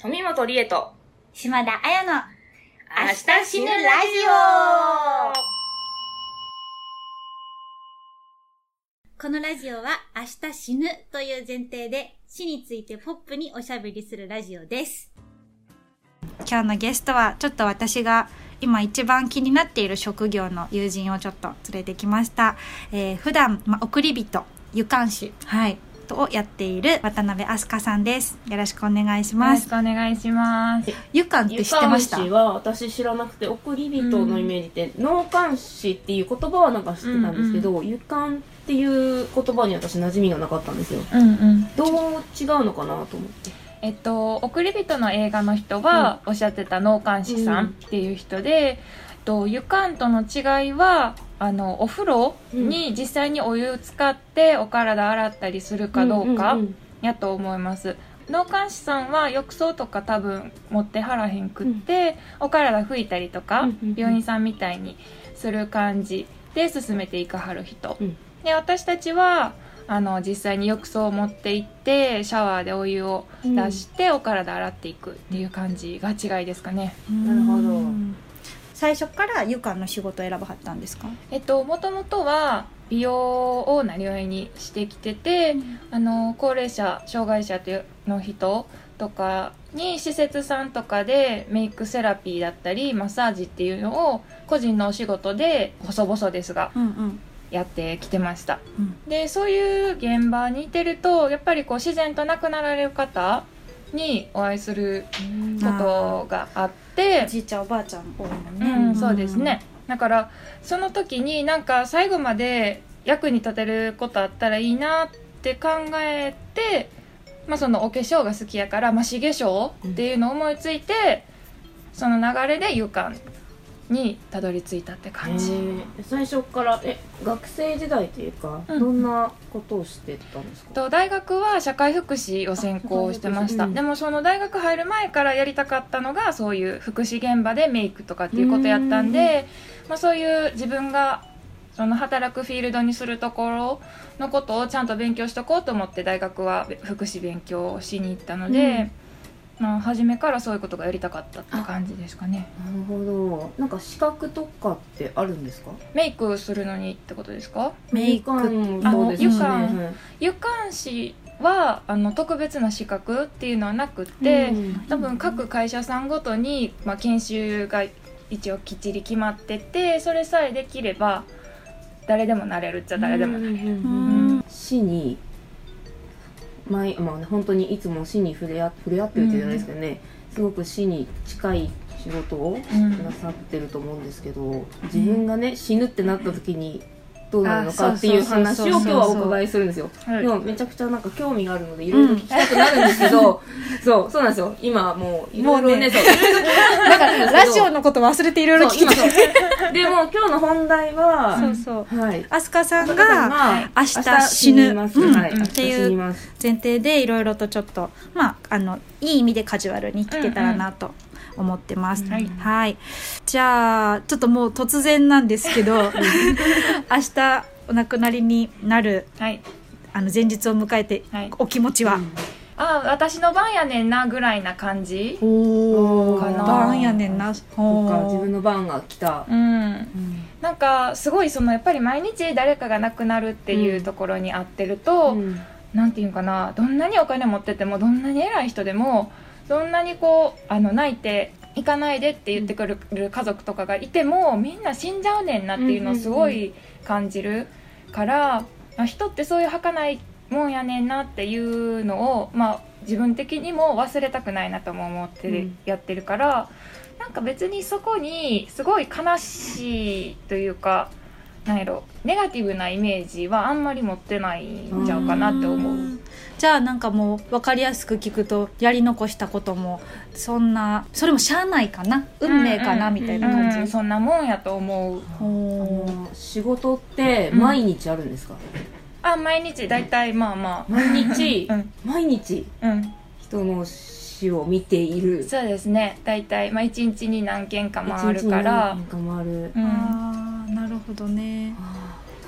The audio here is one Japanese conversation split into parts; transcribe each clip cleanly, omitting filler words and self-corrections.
富本理恵と島田彩の明日死ぬラジオ。 このラジオは明日死ぬという前提で死についてポップにおしゃべりするラジオです。今日のゲストはちょっと私が今一番気になっている職業の友人をちょっと連れてきました。普段、送り人、湯管師、をやっている渡辺飛鳥さんです。よろしくお願いします。 よろしくお願いします。 湯管って知ってました？ 湯管師は私知らなくて、送り人のイメージで、納管師っていう言葉はなんか知ってたんですけど、湯管っていう言葉に私馴染みがなかったんですよ。どう違うのかなと思って。 送り人の映画の人は、おっしゃってた納管師さんっていう人で、湯管との違いはお風呂に実際にお湯を使ってお体洗ったりするかどうかやと思います。納管師さんは浴槽とか多分持ってはらへんくって、お体拭いたりとか、病院さんみたいにする感じで進めていかはる人、で私たちは実際に浴槽を持って行ってシャワーでお湯を出してお体洗っていくっていう感じが違いですかね。 なるほど。 最初から湯管の仕事を選ばはったんですか？ もともとは美容をなりわいにしてきてて、高齢者障害者の人とかに施設さんとかでメイクセラピーだったりマッサージっていうのを個人のお仕事で細々ですが、やってきてました。でそういう現場にいてるとやっぱりこう自然と亡くなられる方にお会いすることがあって、 おじいちゃんおばあちゃん多いもんね。 そうですね。だからその時になんか最後まで役に立てることあったらいいなって考えて、そのお化粧が好きやから増し化粧っていうのを思いついて、その流れで湯管にたどり着いたって感じ。 最初から学生時代というか、どんなことをしてたんですか？ 大学は社会福祉を専攻してました。でもその大学入る前からやりたかったのがそういう福祉現場でメイクとかっていうことやったんで、そういう自分がその働くフィールドにするところのことをちゃんと勉強しとこうと思って大学は福祉勉強をしに行ったので、初めからそういうことがやりたかったって感じですかね。 なるほど。なんか資格とかってあるんですか？ メイクするのにってことですか？ メイクそうですね。 湯管師は特別な資格っていうのはなくって、多分各会社さんごとに、研修が一応きっちり決まってて、それさえできれば誰でもなれるっちゃ誰でもなれる。 死に本当にいつも死に触れ合ってるってじゃないですけどね、すごく死に近い仕事をなさってると思うんですけど、自分がね死ぬってなった時にどうなるのかっていう話を今日はお伺いするんですよ。でもめちゃくちゃなんか興味があるのでいろいろ聞きたくなるんですけど、そうなんですよ。今もういろいろね、 なんかラジオのこと忘れていろいろ聞きたい。 でも今日の本題は飛鳥さんが明日死ぬっていう前提でいろいろとちょっといい意味でカジュアルに聞けたらなと思ってます。じゃあちょっともう突然なんですけど明日お亡くなりになる、前日を迎えて、お気持ちは？ 私の番やねんなぐらいな感じかな。 番やねんな。 自分の番が来た。 なんかすごいやっぱり毎日誰かが亡くなるっていうところに会ってると、なんていうかな、どんなにお金持っててもどんなに偉い人でもどんなに泣いて行かないでって言ってくる家族とかがいてもみんな死んじゃうねんなっていうのをすごい感じるから、人ってそういう儚いもんやねんなっていうのを、自分的にも忘れたくないなとも思ってやってるから、なんか別にそこにすごい悲しいというか、なんやろ、ネガティブなイメージはあんまり持ってないんちゃうかなって思う。 じゃあなんかもう分かりやすく聞くと、やり残したこともそれもしゃあないかな、運命かなみたいな感じ、 そんなもんやと思う。 仕事って毎日あるんですか？ 毎日だいたい毎日人の死を見ている。 そうですね、だいたい1日に何件か回るから。 なるほどね。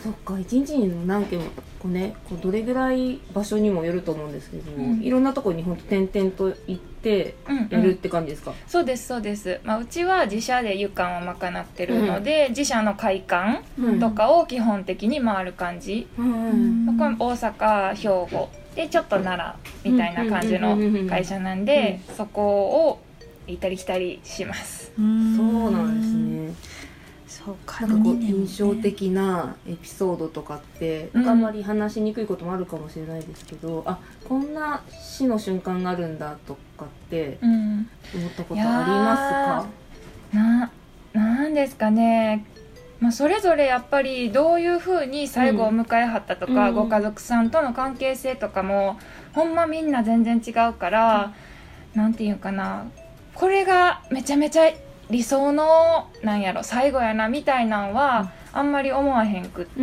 そっか、一日に何件もこうね、こうどれぐらい場所にもよると思うんですけど、いろんなところに本当点々と行ってやるって感じですか？ そうですそうです、うちは自社で湯館を賄ってるので、自社の会館とかを基本的に回る感じ、これ大阪、兵庫でちょっと奈良みたいな感じの会社なんで、そこを行ったり来たりします。 そうなんですね。 そうか、 なんかこう印象的なエピソードとかってあんまり話しにくいこともあるかもしれないですけど、あ、こんな死の瞬間があるんだとかって思ったことありますか？なんですかね、それぞれやっぱりどういう風に最後を迎えはったとか、ご家族さんとの関係性とかもほんまみんな全然違うから、なんていうかな、これがめちゃめちゃ理想のなんやろ最後やなみたいなんはあんまり思わへんくって、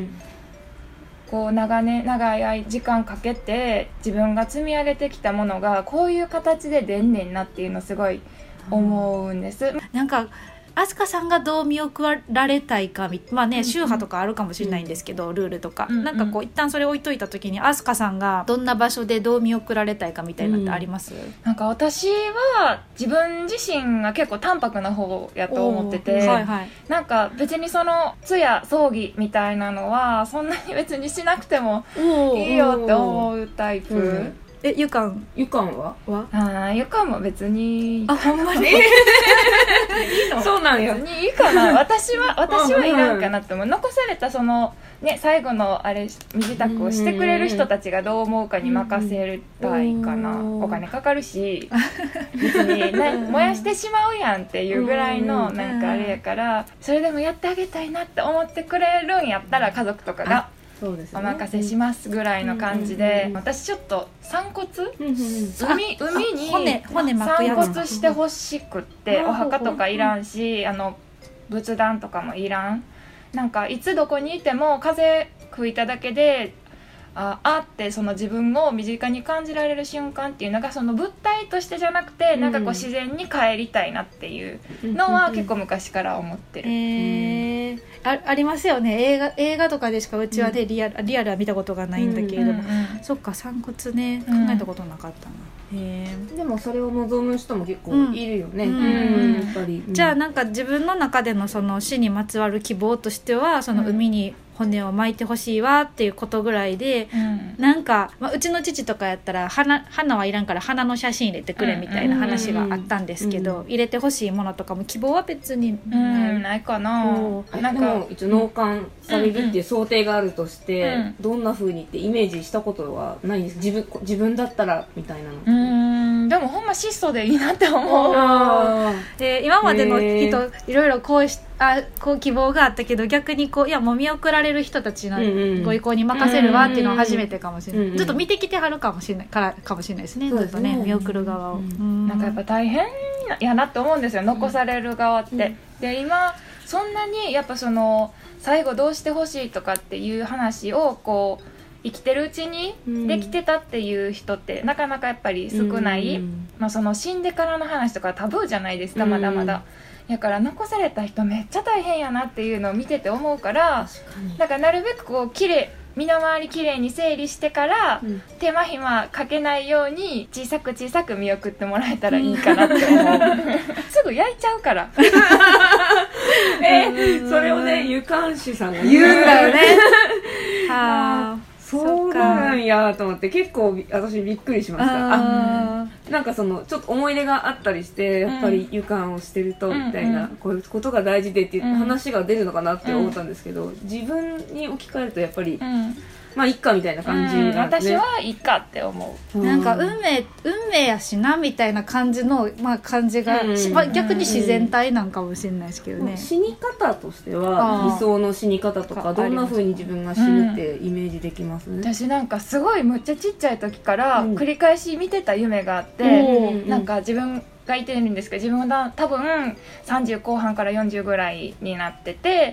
こう長い時間かけて自分が積み上げてきたものがこういう形で出んねんなっていうのすごい思うんです。 なんか飛鳥さんがどう見送られたいか、宗派とかあるかもしれないんですけど、ルールとか、なんかこう一旦それ置いといた時に飛鳥さんがどんな場所でどう見送られたいかみたいなのってあります？ なんか私は自分自身が結構淡白な方やと思ってて、なんか別にその通夜葬儀みたいなのはそんなに別にしなくてもいいよって思うタイプ。 湯館は湯館も別にほんまにそうなんや、 別にいいかな。私はいらんかなって思う。残されたそのね、最後のあれ身支度をしてくれる人たちがどう思うかに任せたいかな。お金かかるし別に、燃やしてしまうやんっていうぐらいのなんかあれやから、それでもやってあげたいなって思ってくれるんやったら家族とかがお任せしますぐらいの感じで、私ちょっと散骨、海に散骨してほしくって、お墓とかいらんし、仏壇とかもいらん。なんかいつどこにいても風吹いただけでってその自分を身近に感じられる瞬間っていうのが、その物体としてじゃなくて、なんかこう自然に帰りたいなっていうのは結構昔から思ってる。 ありますよね、映画とかでしかうちはね、リアルは見たことがないんだけれども、そっか、散骨ね、考えたことなかったな。 でもそれを望む人も結構いるよね、やっぱり。 じゃあなんか自分の中でのその死にまつわる希望としては、その海に骨を巻いてほしいわっていうことぐらいで、なんか、うちの父とかやったら花はいらんから花の写真入れてくれみたいな話があったんですけど、入れてほしいものとかも希望は別にないかな。 なんか一応納棺されるっていう想定があるとして、どんな風にってイメージしたことはないんです？自分だったらみたいなの。 でもほんま質素でいいなって思う。 今までの人いろいろこう希望があったけど、逆にこう、いやもう見送られる人たちのご意向に任せるわっていうのは初めてかもしれない。ちょっと見てきてはるかもしれないですね、ずっとね、見送る側を。 なんかやっぱ大変やなって思うんですよ、残される側って。で今そんなにやっぱその最後どうしてほしいとかっていう話をこう生きてるうちにできてたっていう人ってなかなかやっぱり少ない、その死んでからの話とかタブーじゃないですか、まだまだ。だから残された人めっちゃ大変やなっていうのを見てて思うから、だからなるべくこう身の回りきれいに整理してから、手間暇かけないように小さく見送ってもらえたらいいかなって思うすぐ焼いちゃうからそれをね、湯館主さんが言うんだよねそうなんやと思って、結構私びっくりしました。なんかそのちょっと思い出があったりして、やっぱり湯館をしてるとみたいな、こういうことが大事でっていう話が出るのかなって思ったんですけど、自分に置き換えるとやっぱり、まあいっかみたいな感じなんですね。 私はいっかって思う。 なんか運命やしなみたいな感じの、感じが、逆に自然体なんかもしれないですけどね。 死に方としては理想の死に方とかどんな風に自分が死ぬってイメージできます？ 私なんかすごいむっちゃちっちゃい時から繰り返し見てた夢があって、なんか自分がいてるんですけど、自分は多分30後半から40ぐらいになってて、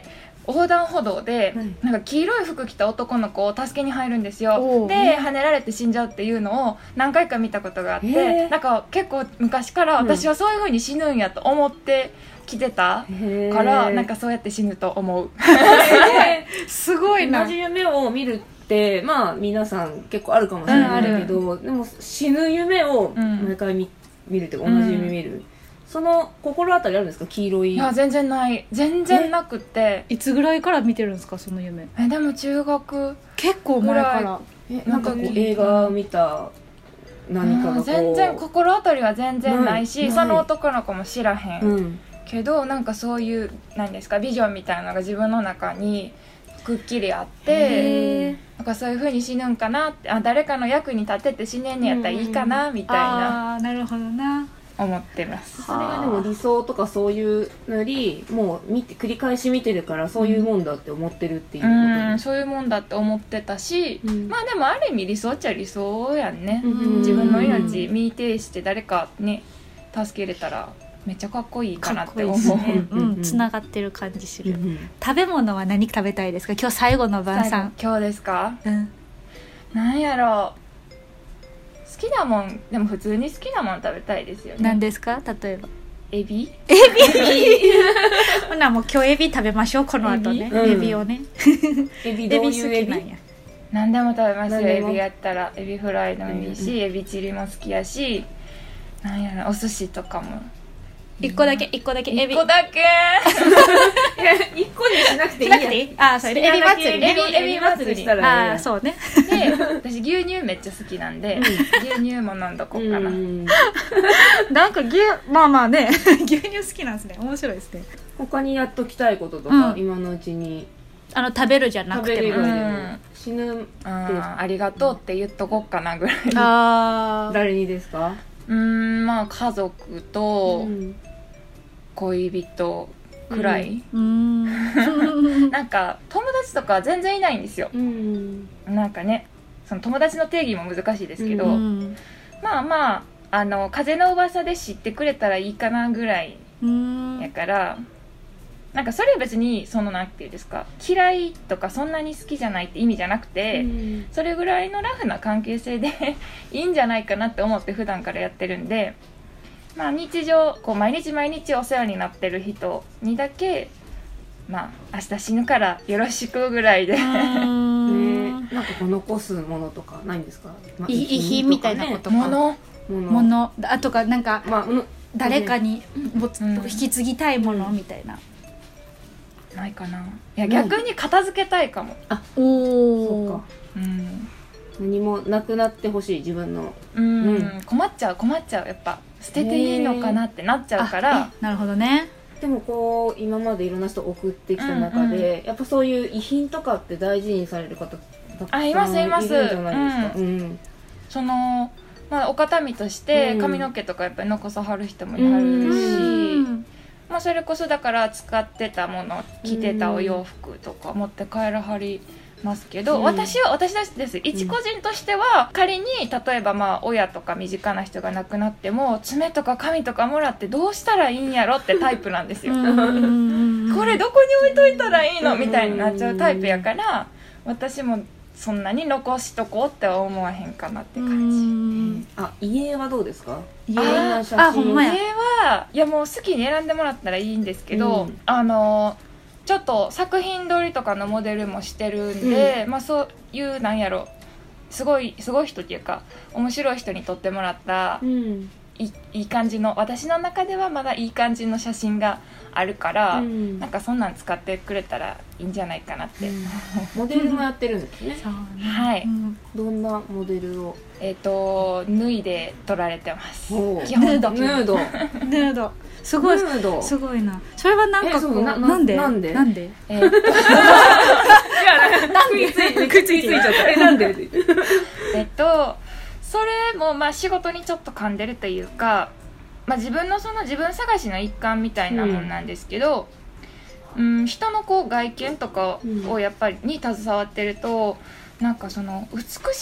横断歩道で、 はいなんか黄色い服着た男の子を助けに入るんですよ。 おうで跳ねられて死んじゃうっていうのを何回か見たことがあって、なんか結構昔から私はそういう風に死ぬんやと思ってきてたから、なんかそうやって死ぬと思う。 すごいな。 同じ夢を見るってまあ皆さん結構あるかもしれないけど、でも死ぬ夢を毎回見るっていうか同じ夢見る、その心当たりあるんですか？黄色い。 いや全然ない、全然なくって。 いつぐらいから見てるんですかその夢？ でも中学結構前からなんかこう映画を見た何かがこう全然心当たりは全然ないし、 ないその男の子も知らへん、 うんけどなんかそういう何ですかビジョンみたいなのが自分の中にくっきりあってなんかそういう風に死ぬんかなって、誰かの役に立てて死ねんのやったらいいかなみたいななるほどな。 思ってます。 それがでも理想とかそういうのよりもう繰り返し見てるからそういうもんだって思ってるっていうことです。 そういうもんだって思ってたし、 うんまあでもある意味理想っちゃ理想やんね、 うん自分の命見呈して誰かね助けれたらめっちゃかっこいいかなって思う。 かっこいいですね。 うんつながってる感じする。 うん食べ物は何食べたいですか？今日最後の晩餐。 今日ですか？ うん。 なんやろう、好きなもんでも普通に好きなもん食べたいですよね。 何ですか？例えば。 エビ？ ほなもう今日エビ食べましょうこの後ね。 エビエビをね。 エビどエビ好ういうエビ？ きなんや。 何でも食べますよ。 何でもエビやったらエビフライでもいいし、エビチリも好きやし、なんやろお寿司とかも。 一個だけエビ。 一個だけ。 いや一個にしなくていいやしなくていい？あ、それエビ祭りね。 エビ祭りしたらあー、そうね。 で、私牛乳めっちゃ好きなんで、牛乳も飲んどこうかな。 なんかまあまあね牛乳好きなんですね。面白いですね。 他にやっときたいこととうんか今のうちに食べるじゃな食べる以くても。 外でも死ぬありがとうって言っとこっかなぐらい。 あー。 誰にですか？ まあ家族とうん恋人くらい。なんか友達とか全然いないんですよ。 うんなんかね、その友達の定義も難しいですけど、 うんまあまあ風の噂で知ってくれたらいいかなぐらいやから、なんかそれは別にそのなんていうんですか、嫌いとかそんなに好きじゃないって意味じゃなくて、それぐらいのラフな関係性でいいんじゃないかなって思って普段からやってるんで、まあ日常こう毎日毎日お世話になってる人にだけ、まあ明日死ぬからよろしくぐらいでなんかこう残すものとかないんですか？まあ遺品みたいなことか。 物あとかなんかまあ誰かにうん引き継ぎたいものみたいな。 ないかな。いや逆に片付けたいかも。 そうか。 うん何もなくなってほしい自分の。 困っちゃうやっぱ捨てていいのかなってなっちゃうからなるほどね。 でもこう今までいろんな人送ってきた中で、やっぱそういう遺品とかって大事にされる方たくさんいるんじゃないですか。 そのまあお形見として髪の毛とかやっぱり残さはる人もいはるし、まあそれこそだから使ってたもの着てたお洋服とか持って帰らはりますけど、私です一個人としては、仮に例えばまあ親とか身近な人が亡くなっても爪とか髪とかもらってどうしたらいいんやろってタイプなんですよ。これどこに置いといたらいいのみたいになっちゃうタイプやから、私もそんなに残しとこうって思わへんかなって感じ。家はどうですか？ 家ほんまや。 家はいやもう好きに選んでもらったらいいんですけど、ちょっと作品撮りとかのモデルもしてるんで、まあそういうなんやろすごい人っていうか面白い人に撮ってもらった、いい感じの、私の中ではまだいい感じの写真があるから、なんかそんなん使ってくれたらいいんじゃないかなって、 モデルもやってるんですね。 はい、 どんなモデルを？ 脱いで撮られてます。 基本ヌードすごいすごいな。それはなんかこうなんで食いついちゃったなんでそれもまあ仕事にちょっと噛んでるというか、まあ、自分探しの一環みたいなもんなんですけど、人のこう外見とかをやっぱりに携わってると、なんかその美しさっ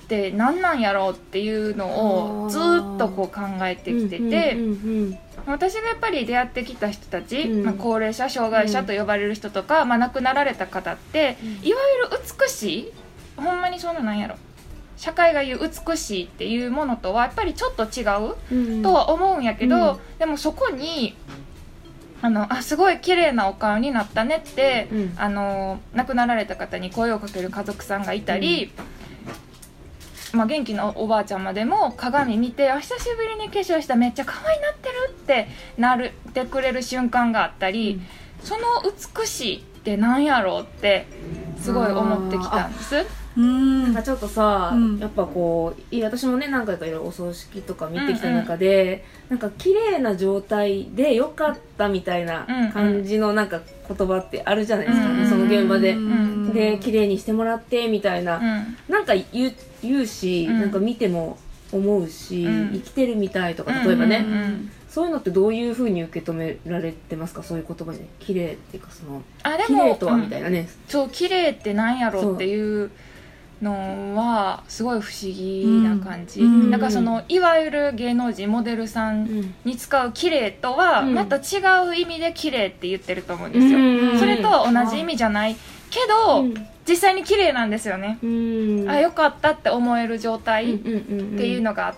って何なんやろうっていうのをずっとこう考えてきてて、私がやっぱり出会ってきた人たち、高齢者障害者と呼ばれる人とか、亡くなられた方って、いわゆる美しい、ほんまにそんななんやろ、社会が言う美しいっていうものとはやっぱりちょっと違うとは思うんやけど、でもそこにすごい綺麗なお顔になったねって、亡くなられた方に声をかける家族さんがいたり、元気なおばあちゃんまでも鏡見て久しぶりに化粧しためっちゃ可愛いなってるってなってくれる瞬間があったり、その美しいってなんやろうってすごい思ってきたんです。 なんかちょっとさ、やっぱこう私もね何回かいろいろお葬式とか見てきた中で、なんか綺麗な状態でよかったみたいな感じのなんか言葉ってあるじゃないですかね、その現場で、で綺麗にしてもらってみたいな、なんか言うし、なんか見ても思うし、生きてるみたいとか、例えばね、そういうのってどういう風に受け止められてますか？そういう言葉で綺麗っていうか、その綺麗とはみたいなね、 そう綺麗ってなんやろっていうのはすごい不思議な感じ、だからそのいわゆる芸能人モデルさんに使う綺麗とはまた違う意味で綺麗って言ってると思うんですよ、それとは同じ意味じゃないけど、実際に綺麗なんですよね、よかったって思える状態っていうのがあって、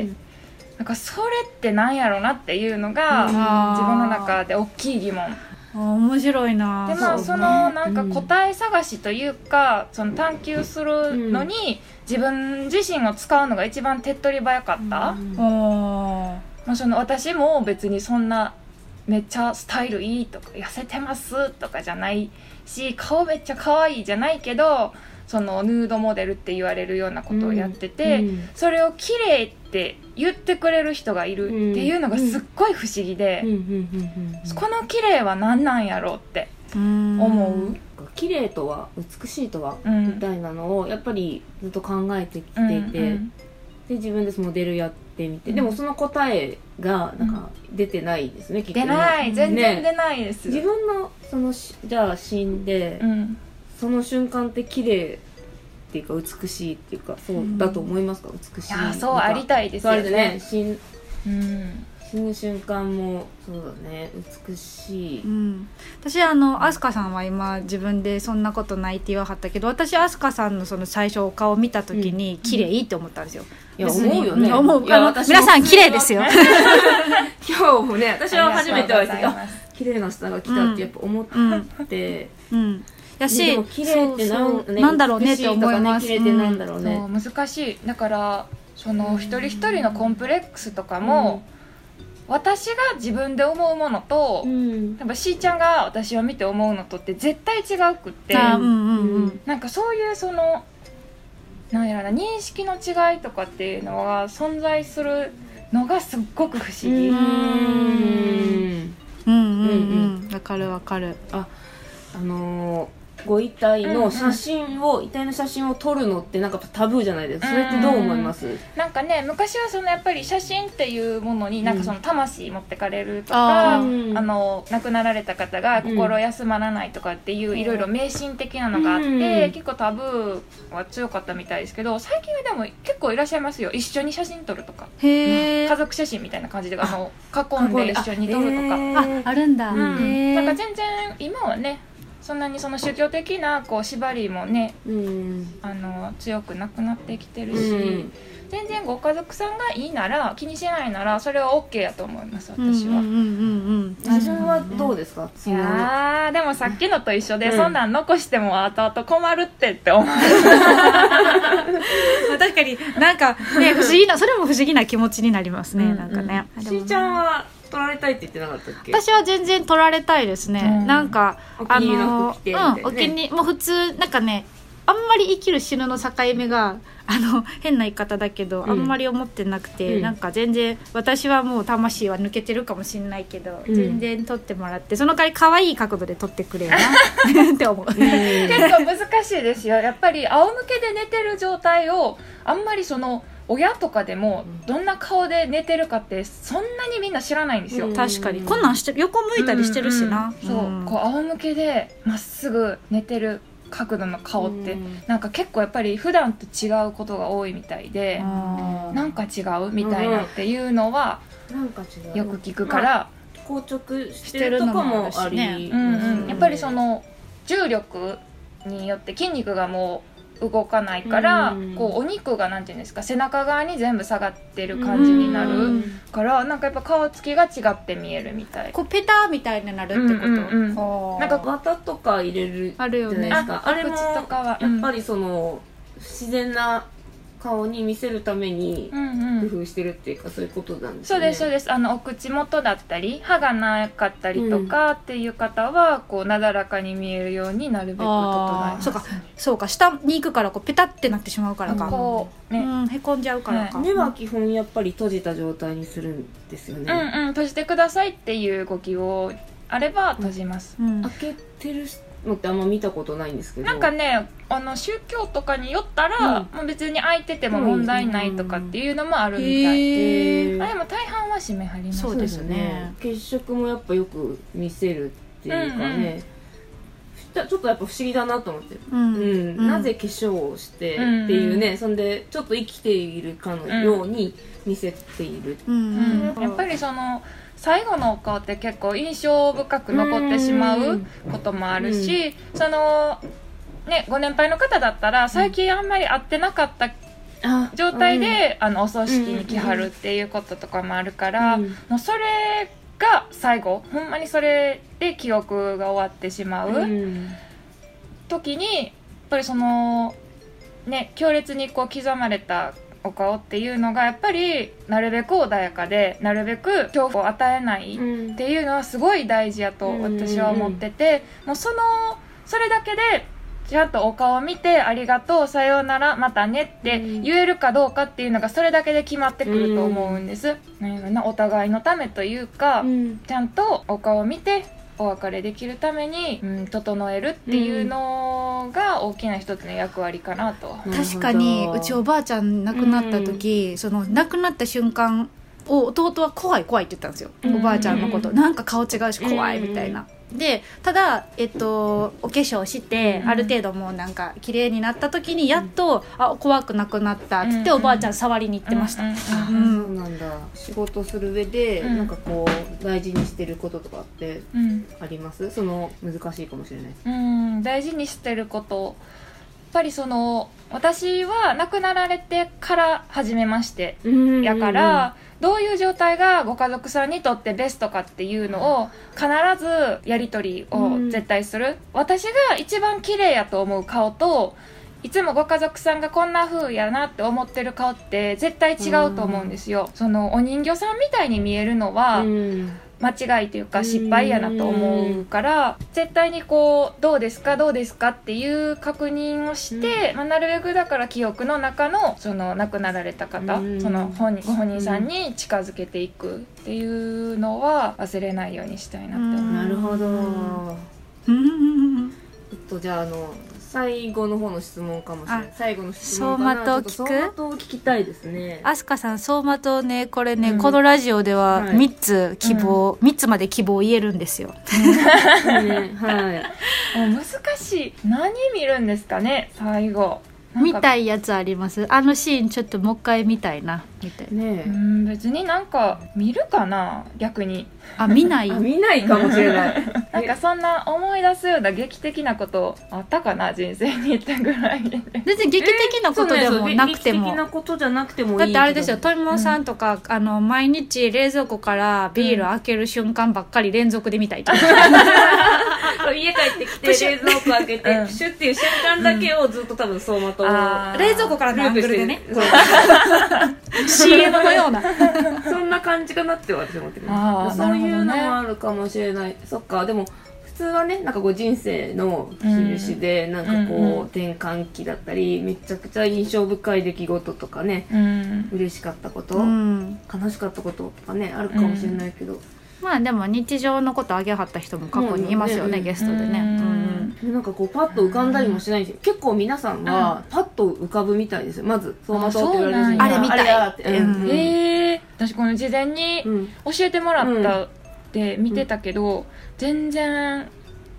なんかそれってなんやろなっていうのが自分の中で大きい疑問。 面白いな。 でそのなんか答え探しというか、その探求するのに自分自身を使うのが一番手っ取り早かった、その私も別にそんなめっちゃスタイルいいとか痩せてますとかじゃないし、顔めっちゃ可愛いじゃないけど、そのヌードモデルって言われるようなことをやってて、それを綺麗って言ってくれる人がいるっていうのがすっごい不思議で、この綺麗は何なんやろうって思う。 綺麗とは美しいとは、みたいなのをやっぱりずっと考えてきていて、で自分でモデルやってみて、でもその答えがなんか出てないですね、きっとね。 出ない、全然出ないです。 自分のそのじゃあ死んで、その瞬間って綺麗っていうか美しいっていうか、そうだと思いますか？美しい。 そうありたいですよね。 そうあれでね、死ぬ瞬間もそうだね、美しい、 私アスカさんは今自分でそんなことないって言わはったけど、私アスカさんのその最初お顔を見た時に綺麗って思ったんですよ。 いや思うよね。 思う。皆さん綺麗ですよ。 今日もね、私は初めて会って綺麗なスターが来たってやっぱ思って、 やし、 でも綺麗ってなんだろうねって思います。 綺麗ってなんだろうね。 難しい。だからその一人一人のコンプレックスとかも、私が自分で思うものと、やっぱしーちゃんが私を見て思うのとって絶対違うくって、なんかそういうそのなんやろな、認識の違いとかっていうのが存在するのがすっごく不思議。 わかるわかる。 ご遺体の写真を、遺体の写真を撮るのってなんかタブーじゃないですか。それってどう思います？ なんかね、昔はそのやっぱり写真っていうものになんかその魂持ってかれるとか、亡くなられた方が心休まらないとかっていういろいろ迷信的なのがあって、結構タブーは強かったみたいですけど、最近はでも結構いらっしゃいますよ。一緒に写真撮るとか、家族写真みたいな感じで囲んで一緒に撮るとか、 あるんだ。 なんか全然今はね、そんなにその宗教的なこう縛りもね、強くなくなってきてるし、全然ご家族さんがいいなら、気にしないならそれは OK やと思います、私は。 自分はどうですか？ いやでもさっきのと一緒で、そんなん残しても後々困るって思う。 確かになんかね、不思議な、それも不思議な気持ちになりますね。なんかね。 しーちゃんは撮られたいって言ってなかったっけ？ 私は全然撮られたいですね。なんかお気に入りの服着てみたいなね。 お気に入り、もう普通なんかね、あんまり生きる死ぬの境目が変な言い方だけど、あんまり思ってなくて、なんか全然私はもう魂は抜けてるかもしれないけど、全然撮ってもらって、その代わり可愛い角度で撮ってくれよなって思う。結構難しいですよ。やっぱり仰向けで寝てる状態をあんまりその親とかでもどんな顔で寝てるかってそんなにみんな知らないんですよ。 確かにこんなんして横向いたりしてるしな。 そう、こう仰向けでまっすぐ寝てる角度の顔ってなんか結構やっぱり普段と違うことが多いみたいで、なんか違うみたいなっていうのはよく聞くから、 硬直してるとこもあり、 やっぱりその重力によって筋肉がもう動かないから、こうお肉がなんていうんですか、背中側に全部下がってる感じになるから、なんかやっぱ顔つきが違って見えるみたい。 こうペタみたいになるってこと、 なんか綿とか入れるじゃないですか。あれもとかはやっぱりその自然な顔に見せるために工夫してるっていうか、そういうことなんですね。 そうですそうです。お口元だったり歯がなかったりとかっていう方はこうなだらかに見えるようになるべく整えます。 そうか、下に行くからこうペタってなってしまうからか、こう、へこんじゃうからか、 目は基本やっぱり閉じた状態にするんですよね。 閉じてくださいっていう動きをあれば閉じます。 開けてるのってあんま見たことないんですけど、 なんかね、宗教とかによったら、もう別に開いてても問題ないとかっていうのもあるみたい。でも大半は閉めはります。 そうですね。 血色もやっぱよく見せるっていうかね、ちょっとやっぱ不思議だなと思って、なぜ化粧をしてっていうね、そんでちょっと生きているかのように見せている。 やっぱりその最後のお顔って結構印象深く残ってしまうこともあるし、そのね、ご年配の方だったら最近あんまり会ってなかった状態で、お葬式に来はるっていうこととかもあるから、もうそれが最後、ほんまにそれで記憶が終わってしまう時に、やっぱりそのね、強烈にこう刻まれたお顔っていうのがやっぱりなるべく穏やかで、なるべく恐怖を与えないっていうのはすごい大事やと私は思ってて、もうそれだけでちゃんとお顔を見てありがとう、さようなら、またねって言えるかどうかっていうのがそれだけで決まってくると思うんです。お互いのためというか、ちゃんとお顔を見てお別れできるために、整えるっていうのが大きな一つの役割かなと。 確かにうちおばあちゃん亡くなった時、その亡くなった瞬間を弟は怖いって言ったんですよ、おばあちゃんのこと。なんか顔違うし怖いみたいな。でただ、お化粧して、ある程度もうなんか綺麗になった時にやっと、怖くなくなったって言って、おばあちゃん触りに行ってました。 そうなんだ。仕事する上で、なんかこう大事にしてることとかってあります？その難しいかもしれない。 大事にしてること、やっぱりその私は亡くなられてから初めましてやから、どういう状態がご家族さんにとってベストかっていうのを必ずやり取りを絶対する。私が一番綺麗やと思う顔と、いつもご家族さんがこんな風やなって思ってる顔って絶対違うと思うんですよ。そのお人形さんみたいに見えるのは間違いというか失敗やなと思うから、絶対にこうどうですかっていう確認をして、なるべくだから記憶の中のその亡くなられた方、そのご本人さんに近づけていくっていうのは忘れないようにしたいなって思う。 なるほど。じゃあ最後の方の質問かもしれない。最後の質問かな。 走馬灯聞く？ 走馬灯を聞きたいですね。 アスカさん、走馬灯ね、これね、このラジオでは3つ希望、3つまで希望言えるんですよ。 はい。難しい。何見るんですかね、最後。 見たいやつあります？あのシーンちょっともう一回見たいなみたいな。別になんか見るかな、逆に。 見ない見ないかもしれない。 なんかそんな思い出すような劇的なことあったかな、人生にってぐらいで。 別に劇的なことでもなくても、 劇的なことじゃなくてもいい。 だってあれですよ、トイモさんとか、毎日冷蔵庫からビール開ける瞬間ばっかり連続で見たいとか、 家帰ってきて冷蔵庫開けてプシュっていう瞬間だけをずっと多分走馬灯冷蔵庫からのアングルでね、CM のようなそんな感じかなって私は思ってる。そういうのもあるかもしれない。そっか。でも普通はね、なんかこう人生の印で、なんかこう転換期だったり、めちゃくちゃ印象深い出来事とかね、嬉しかったこと、悲しかったこととかね、あるかもしれないけど、 でも日常のことあげはった人も過去にいますよね、ゲストでね。 なんかこうパッと浮かんだりもしないんですよ。結構皆さんはパッと浮かぶみたいですよ。まず走馬灯って言われる時にあれみたい。私この事前に教えてもらったって見てたけど、全然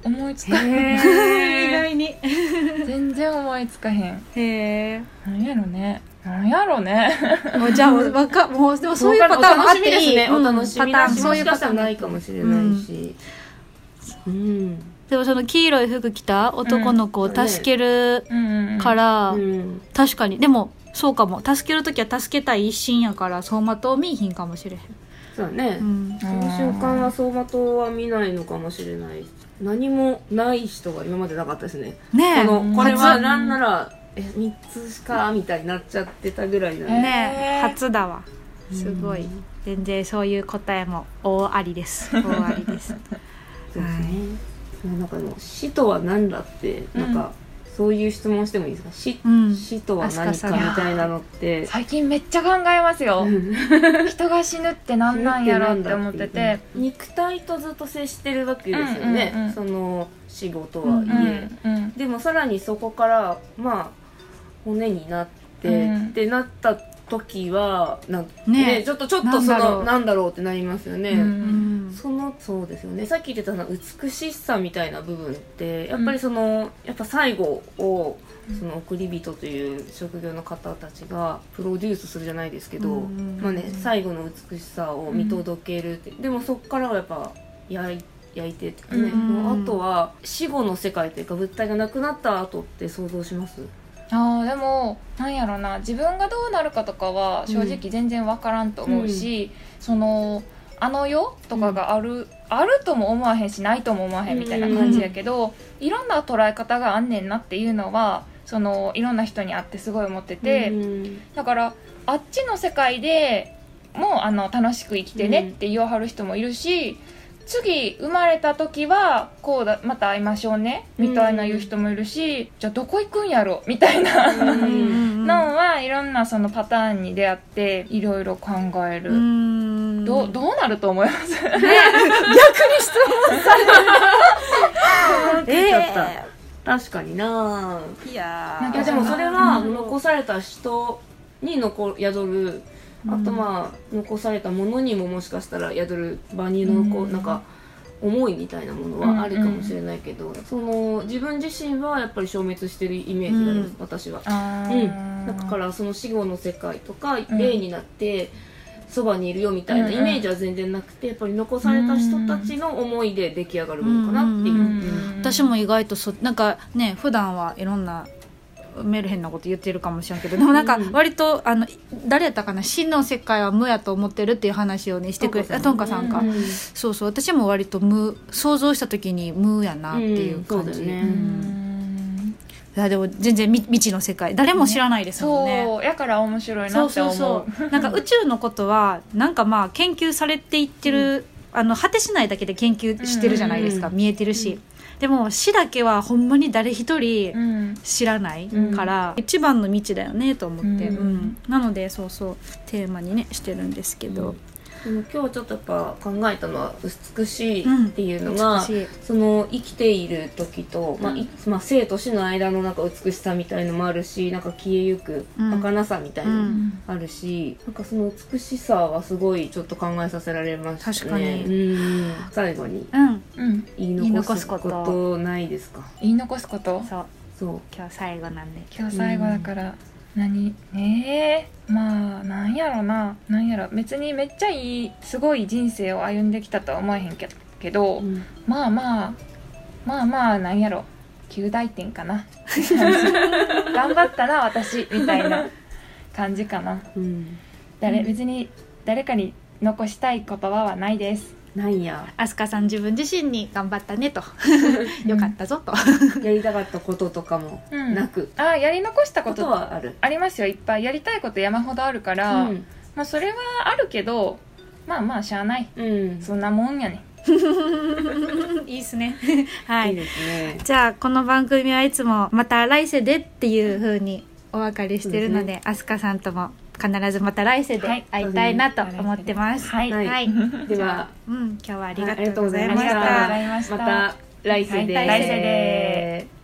思いつかへん意外に全然思いつかへん。 へえ。 なんやろねもうじゃあもうでもそういうパターンもあっていい、 お楽しみだし、 そういうパターンないかもしれないし、 でもその黄色い服着た男の子を助けるから、確かにでもそうかも、助けるときは助けたい一心やから走馬灯見いひんかもしれへん。 そうね、その瞬間は走馬灯は見ないのかもしれない。何もない人が今までなかったですね。 ねえ、 これはなんなら3つしかみたいになっちゃってたぐらいなんで、 ねえ、初だわ。すごい、全然そういう答えも大ありです大ありですそうですね、なんか死とは何だってなんか、そういう質問してもいいですか？死とは何かみたいなのって最近めっちゃ考えますよ人が死ぬって何なんやろって思ってて、 肉体とずっと接してるわけですよね、その死後とはいえ、でもさらにそこからまあ骨になって、ってなった時はね、ちょっとそのなんだろうってなりますよね、そうですよね。さっき言ってたのは美しさみたいな部分ってやっぱりやっぱ最後をその送り人という職業の方たちがプロデュースするじゃないですけど、まあね、最後の美しさを見届けるって、でもそこからはやっぱ焼いてっていうかね、もうあとは死後の世界というか物体がなくなった後って想像します？ でもなんやろな、自分がどうなるかとかは正直全然分からんと思うし、あの世とかがあるとも思わへんしないとも思わへんみたいな感じやけど、いろんな捉え方があんねんなっていうのはいろんな人に会ってすごい思ってて、だからあっちの世界でも楽しく生きてねって言わはる人もいるし、次生まれた時はこうだ、また会いましょうねみたいな言う人もいるし、じゃあどこ行くんやろみたいなのはいろんなそのパターンに出会っていろいろ考える。どうなると思います？逆に質問される。確かにな。いやでもそれは残された人に宿る、あとまあ残されたものにももしかしたら宿る場になんか思いみたいなものはあるかもしれないけど、自分自身はやっぱり消滅してるイメージがあります、私は。だからその死後の世界とか霊になってそばにいるよみたいなイメージは全然なくて、やっぱり残された人たちの思いで出来上がるものかなっていう。 私も意外となんかね、普段はいろんなメルヘンなこと言ってるかもしれんけど、でもなんか割と誰やったかな、真の世界は無やと思ってるっていう話をねしてくれたトンカさんか、そうそう、私も割と想像した時に無やなっていう感じ。いやでも全然未知の世界誰も知らないですもんね。 そうやから面白いなって思う。 そうなんか宇宙のことはなんかまあ研究されていってる、果てしないだけで研究してるじゃないですか、見えてるし、でも死だけはほんまに誰一人知らないから、一番の道だよねと思って、なのでそうテーマにねしてるんですけど、 でも今日ちょっとやっぱ考えたのは美しいっていうのが、その生きている時と、まあ、生と死の間のなんか美しさみたいのもあるし、なんか消えゆく儚さみたいなのもあるし、なんかその美しさはすごいちょっと考えさせられましたね。 確かに。 最後に言い残すことないですか？ 言い残すこと？ そう今日最後なんで。 今日最後だから、まあなんやろ別にめっちゃいいすごい人生を歩んできたとは思えへんけど、まあなんやろ9大点かな頑張ったな私みたいな感じかな、別に誰かに残したい言葉はないです。 ないや、 アスカさん自分自身に頑張ったねとよかったぞとやりたかったこととかもなく、 やり残したことはありますよ。いっぱいやりたいこと山ほどあるから、まあそれはあるけどまあしゃあない、そんなもんやねいいっすねはい、 いいですね。 じゃあこの番組はいつもまた来世でっていう風にお別れしてるので、アスカさんとも必ずまた来世で会いたいなと思ってます。 はい、では、 今日はありがとうございました。 また来世で。